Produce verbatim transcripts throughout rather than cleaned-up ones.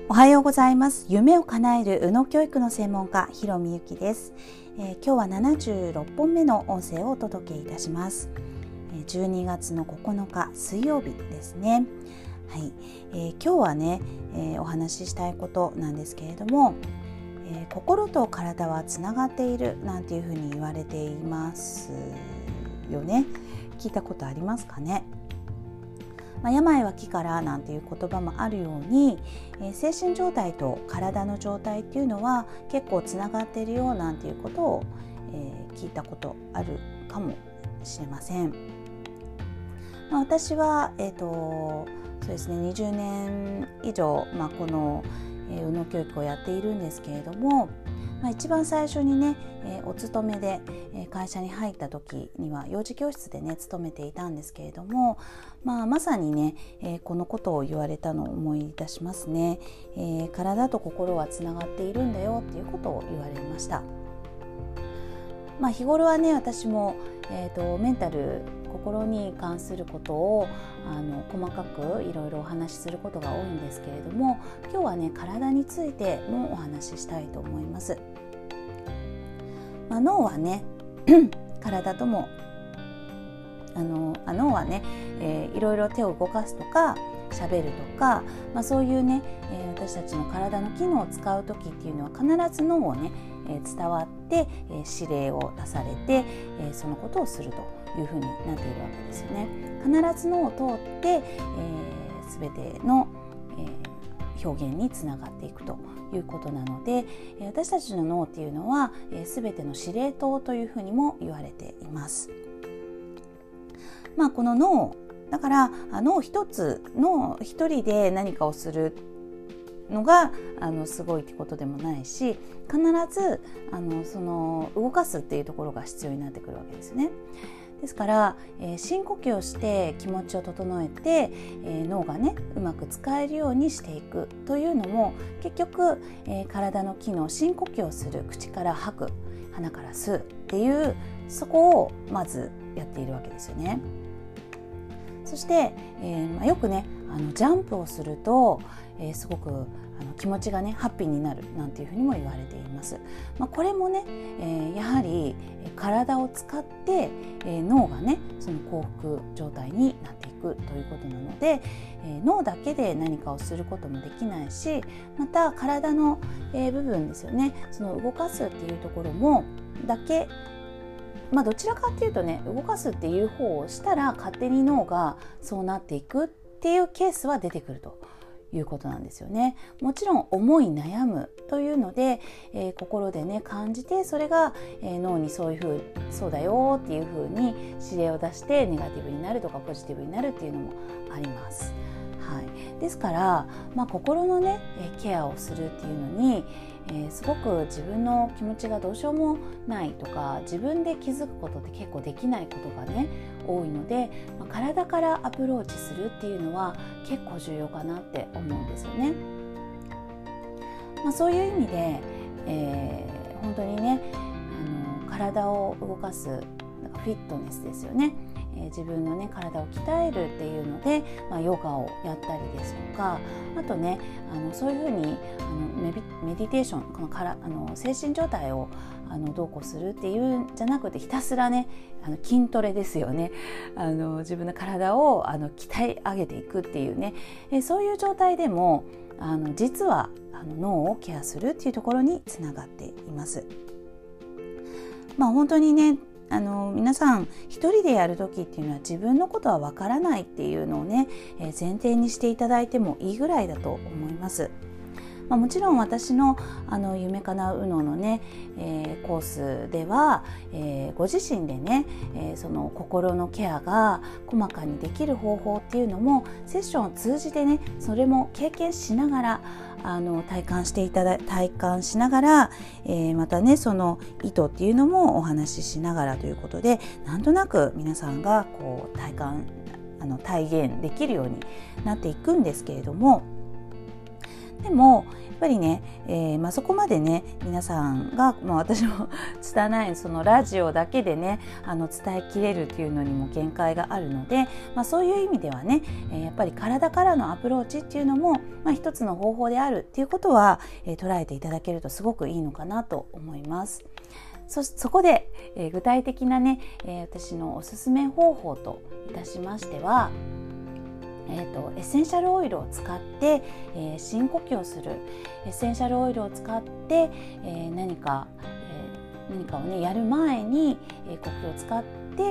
おはようございます。夢を叶える右脳教育の専門家、ひろみゆきです。えー、今日はななじゅうろっぽんめの音声をお届けいたします。えー、じゅうにがつのここのか水曜日ですね。はい、えー、今日はね、えー、お話ししたいことなんですけれども、えー、心と体はつながっているなんていうふうに言われていますよね。聞いたことありますかね。まあ、病は気からなんていう言葉もあるように、えー、精神状態と体の状態っていうのは結構つながっているよなんていうことを、えー、聞いたことあるかもしれません。まあ、私は、えーとそうですね、にじゅうねん以上、まあ、この、えー、右脳教育をやっているんですけれども、まあ、一番最初にね、えー、お勤めで、えー、会社に入った時には幼児教室でね勤めていたんですけれども、まあ、まさにね、えー、このことを言われたのを思い出しますね。えー、体と心はつながっているんだよっていうことを言われました。まあ、日頃はね私も、えーと、メンタル心に関することをあの細かくいろいろお話しすることが多いんですけれども、今日はね体についてもお話ししたいと思います。まあ、脳はね体ともあのあ脳はね、えー、いろいろ手を動かすとか喋るとか、まあ、そういうね、えー、私たちの体の機能を使う時っていうのは必ず脳をね、えー、伝わって、えー、指令を出されて、えー、そのことをするというふうになっているわけですよね。必ず脳を通って、えー、全ての、えー、表現につながっていくということなので、私たちの脳っていうのは、えー、全ての司令塔というふうにも言われています。まあ、この脳だから脳一つ脳一人で何かをするのがあのすごいってことでもないし、必ずあのその動かすっていうところが必要になってくるわけですね。ですから、えー、深呼吸をして気持ちを整えて、えー、脳がねうまく使えるようにしていくというのも結局、えー、体の機能、深呼吸をする、口から吐く、鼻から吸うっていうそこをまずやっているわけですよね。そして、えーまあ、よくねあのジャンプをすると、えー、すごくあの気持ちがねハッピーになるなんていうふうにも言われています。まあ、これもね、えー、やはり体を使って、えー、脳がねその幸福状態になっていくということなので、えー、脳だけで何かをすることもできないし、また体の、えー、部分ですよね、その動かすっていうところもだけまあ、どちらかっていうとね動かすっていう方をしたら勝手に脳がそうなっていくっていうケースは出てくるということなんですよね。もちろん思い悩むというので、えー、心でね感じて、それが、えー、脳にそういうふうそうだよっていうふうに指令を出してネガティブになるとかポジティブになるっていうのもあります。はい、ですから、まあ、心のねケアをするっていうのに、えー、すごく自分の気持ちがどうしようもないとか自分で気づくことって結構できないことがね多いので、まあ、体からアプローチするっていうのは結構重要かなって思うんですよね。まあ、そういう意味で、えー、本当にねあの体を動かすなんかフィットネスですよね。自分の、ね、体を鍛えるっていうので、まあ、ヨガをやったりですとか、あとねあのそういうふうにあのメビメディテーション、このからあの精神状態をあのどうこうするっていうんじゃなくて、ひたすらねあの筋トレですよね。あの自分の体をあの鍛え上げていくっていうね、えそういう状態でもあの実はあの脳をケアするっていうところにつながっています。まあ、本当にねあの皆さん一人でやる時っていうのは自分のことはわからないっていうのをね、えー、前提にしていただいてもいいぐらいだと思います。まあ、もちろん私のあの夢かなう右脳のね、えー、コースでは、えー、ご自身でね、えー、その心のケアが細かにできる方法っていうのもセッションを通じてねそれも経験しながらあの体感していただ体感しながら、えー、またねその意図っていうのもお話ししながらということで、なんとなく皆さんがこう体感あの体現できるようになっていくんですけれども、 でもやっぱりね、えーまあ、そこまでね皆さんが、まあ、私も拙いそのラジオだけでねあの伝えきれるっていうのにも限界があるので、まあ、そういう意味ではね、えー、やっぱり体からのアプローチっていうのも、まあ、一つの方法であるっていうことは、えー、捉えていただけるとすごくいいのかなと思います。そ, そこで、えー、具体的なね、えー、私のおすすめ方法といたしましては、えーと、エッセンシャルオイルを使って、えー、深呼吸をする。エッセンシャルオイルを使って、えー、何か、えー、何かをねやる前に、えー、呼吸を使って、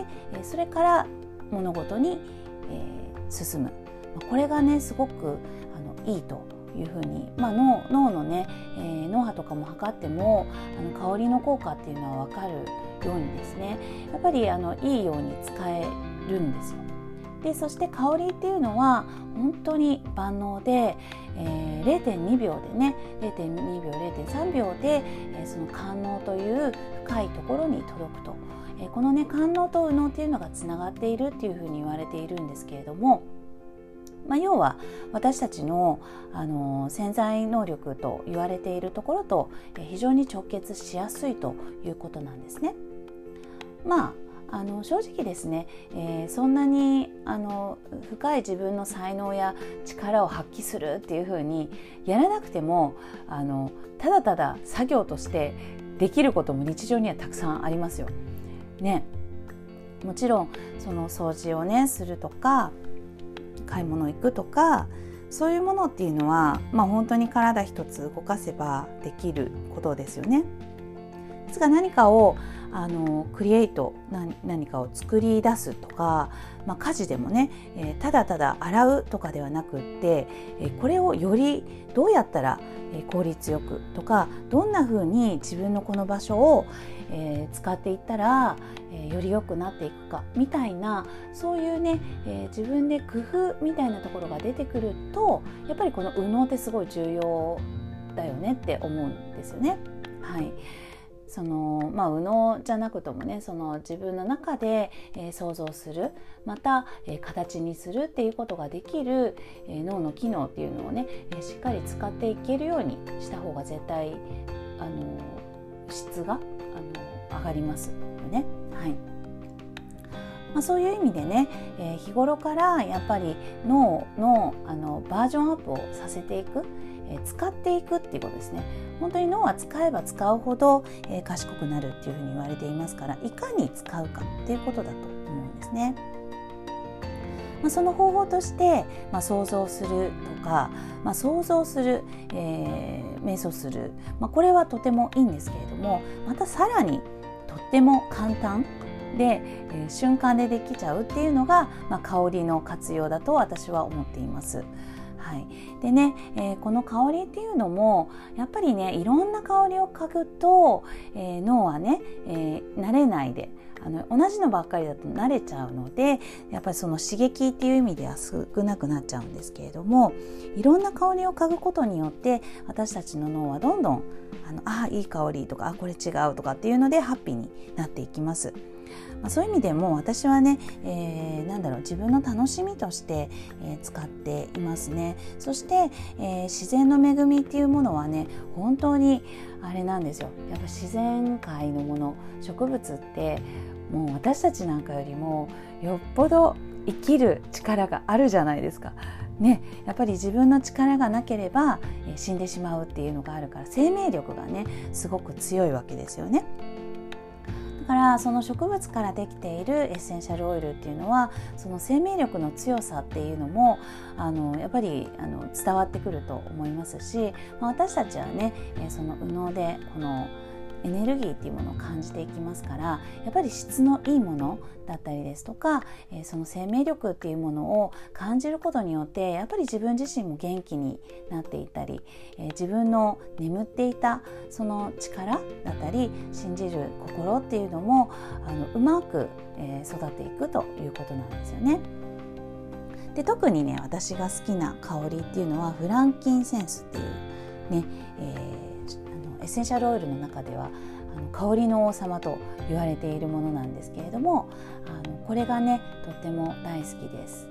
えー、それから物事に、えー、進む。これがねすごくあのいいというふうに、まあ、脳, 脳のね、えー、脳波とかも測ってもあの香りの効果っていうのは分かるようにですね、やっぱりあのいいように使えるんですよ。でそして香りっていうのは本当に万能で、えー、れいてんにびょうでね れいてんにびょう れいてんさんびょうで、えー、その官能という深いところに届くと、えー、このね官能と右脳っていうのがつながっているっていうふうに言われているんですけれども、まあ、要は私たちの、あの潜在能力と言われているところと非常に直結しやすいということなんですね。まああの正直ですね、えー、そんなにあの深い自分の才能や力を発揮するっていう風にやらなくてもあのただただ作業としてできることも日常にはたくさんありますよ。ね、もちろんその掃除をねするとか買い物行くとかそういうものっていうのは、まあ、本当に体一つ動かせばできることですよね。ですが何かをあのクリエイト 何, 何かを作り出すとか、まあ、家事でもね、えー、ただただ洗うとかではなくって、えー、これをよりどうやったら、えー、効率よくとかどんな風に自分のこの場所を、えー、使っていったら、えー、より良くなっていくかみたいなそういうね、えー、自分で工夫みたいなところが出てくるとやっぱりこの右脳ってすごい重要だよねって思うんですよね。はい。そのまあ、右脳じゃなくともねその自分の中で、えー、想像するまた、えー、形にするっていうことができる、えー、脳の機能っていうのをね、えー、しっかり使っていけるようにした方が絶対あの質があの上がりますよね。はい。まあ、そういう意味でね、えー、日頃からやっぱり脳の、あのバージョンアップをさせていく、えー、使っていくっていうことですね。本当に脳は使えば使うほど、えー、賢くなるっていうふうに言われていますからいかに使うかっていうことだと思うんですね。まあ、その方法として、まあ、想像するとか、まあ、想像する、えー、瞑想する、まあ、これはとてもいいんですけれどもまたさらにとっても簡単で、えー、瞬間でできちゃうっていうのが、まあ、香りの活用だと私は思っています。はい、でね、えー、この香りっていうのもやっぱりねいろんな香りを嗅ぐと、えー、脳はね、えー、慣れないであの同じのばっかりだと慣れちゃうのでやっぱりその刺激っていう意味では少なくなっちゃうんですけれどもいろんな香りを嗅ぐことによって私たちの脳はどんどんあのあいい香りとかあこれ違うとかっていうのでハッピーになっていきます。まあ、そういう意味でも私はね、えー、なんだろう自分の楽しみとして、えー、使っていますね。そして、えー、自然の恵みっていうものはね本当にあれなんですよ。やっぱ自然界のもの植物ってもう私たちなんかよりもよっぽど生きる力があるじゃないですか。ね、やっぱり自分の力がなければ、えー、死んでしまうっていうのがあるから生命力がねすごく強いわけですよね。だからその植物からできているエッセンシャルオイルっていうのはその生命力の強さっていうのもあのやっぱりあの伝わってくると思いますし、まあ、私たちはねその右脳でこのエネルギーっていうものを感じていきますからやっぱり質のいいものだったりですとか、えー、その生命力っていうものを感じることによってやっぱり自分自身も元気になっていたり、えー、自分の眠っていたその力だったり信じる心っていうのもあのうまく、えー、育っていくということなんですよね。で特にね私が好きな香りっていうのはフランキンセンスっていうね、えーエッセンシャルオイルの中ではあの香りの王様と言われているものなんですけれどもあのこれがねとっても大好きです。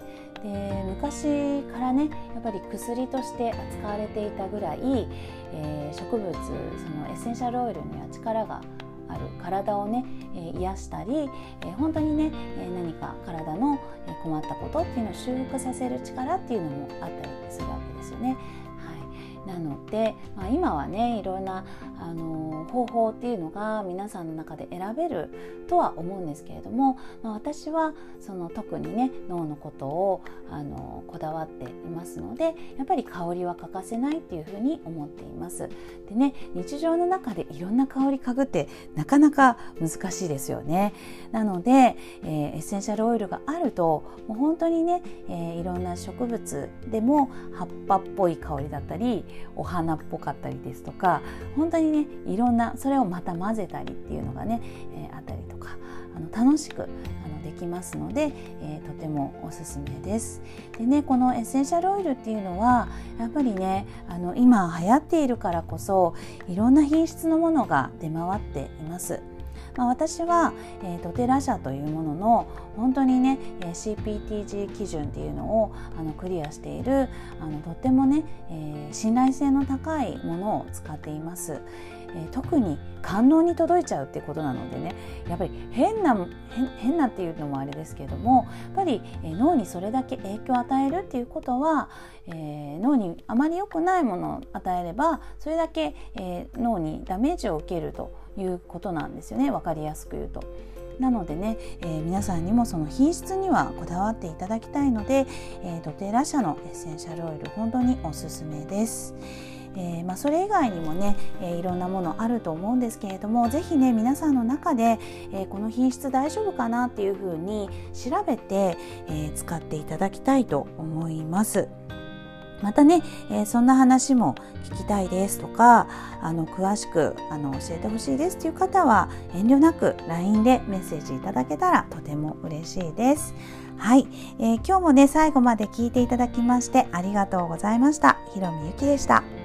で昔からねやっぱり薬として扱われていたぐらい、えー、植物そのエッセンシャルオイルには力がある、体をね、えー、癒したり、えー、本当にね、えー、何か体の困ったことっていうのを修復させる力っていうのもあったりするわけですよね。なので、まあ、今はねいろんなあの方法っていうのが皆さんの中で選べるとは思うんですけれども、まあ、私はその特にね脳のことをあのこだわっていますので、やっぱり香りは欠かせないっていうふうに思っています。でね、日常の中でいろんな香り嗅ぐってなかなか難しいですよね。なので、えー、エッセンシャルオイルがあるともう本当にね、えー、いろんな植物でも葉っぱっぽい香りだったりお花っぽかったりですとか、本当にねいろんなそれをまた混ぜたりっていうのがね、えー、あったりとかあの楽しくあのできますので、えー、とてもおすすめです。でね、このエッセンシャルオイルっていうのはやっぱりねあの今流行っているからこそいろんな品質のものが出回っています。まあ、私は、えー、ドテラ社というものの本当にね シーピーティージー 基準っていうのをあのクリアしているあのとってもね、えー、信頼性の高いものを使っています。えー、特に官能に届いちゃうっていうことなのでね、やっぱり変な 変, 変なっていうのもあれですけども、やっぱり、えー、脳にそれだけ影響を与えるっていうことは、えー、脳にあまり良くないものを与えればそれだけ、えー、脳にダメージを受けるということなんですよね、分かりやすく言うと。なのでね、えー、皆さんにもその品質にはこだわっていただきたいので、えー、ドテラ社のエッセンシャルオイル本当におすすめです。えーまあ、それ以外にもね、えー、いろんなものあると思うんですけれども、ぜひね皆さんの中で、えー、この品質大丈夫かなっていうふうに調べて、えー、使っていただきたいと思います。またね、えー、そんな話も聞きたいですとか、あの詳しくあの教えてほしいですという方は遠慮なく ライン でメッセージいただけたらとても嬉しいです。はい、えー、今日もね最後まで聞いていただきましてありがとうございました。ひろみゆきでした。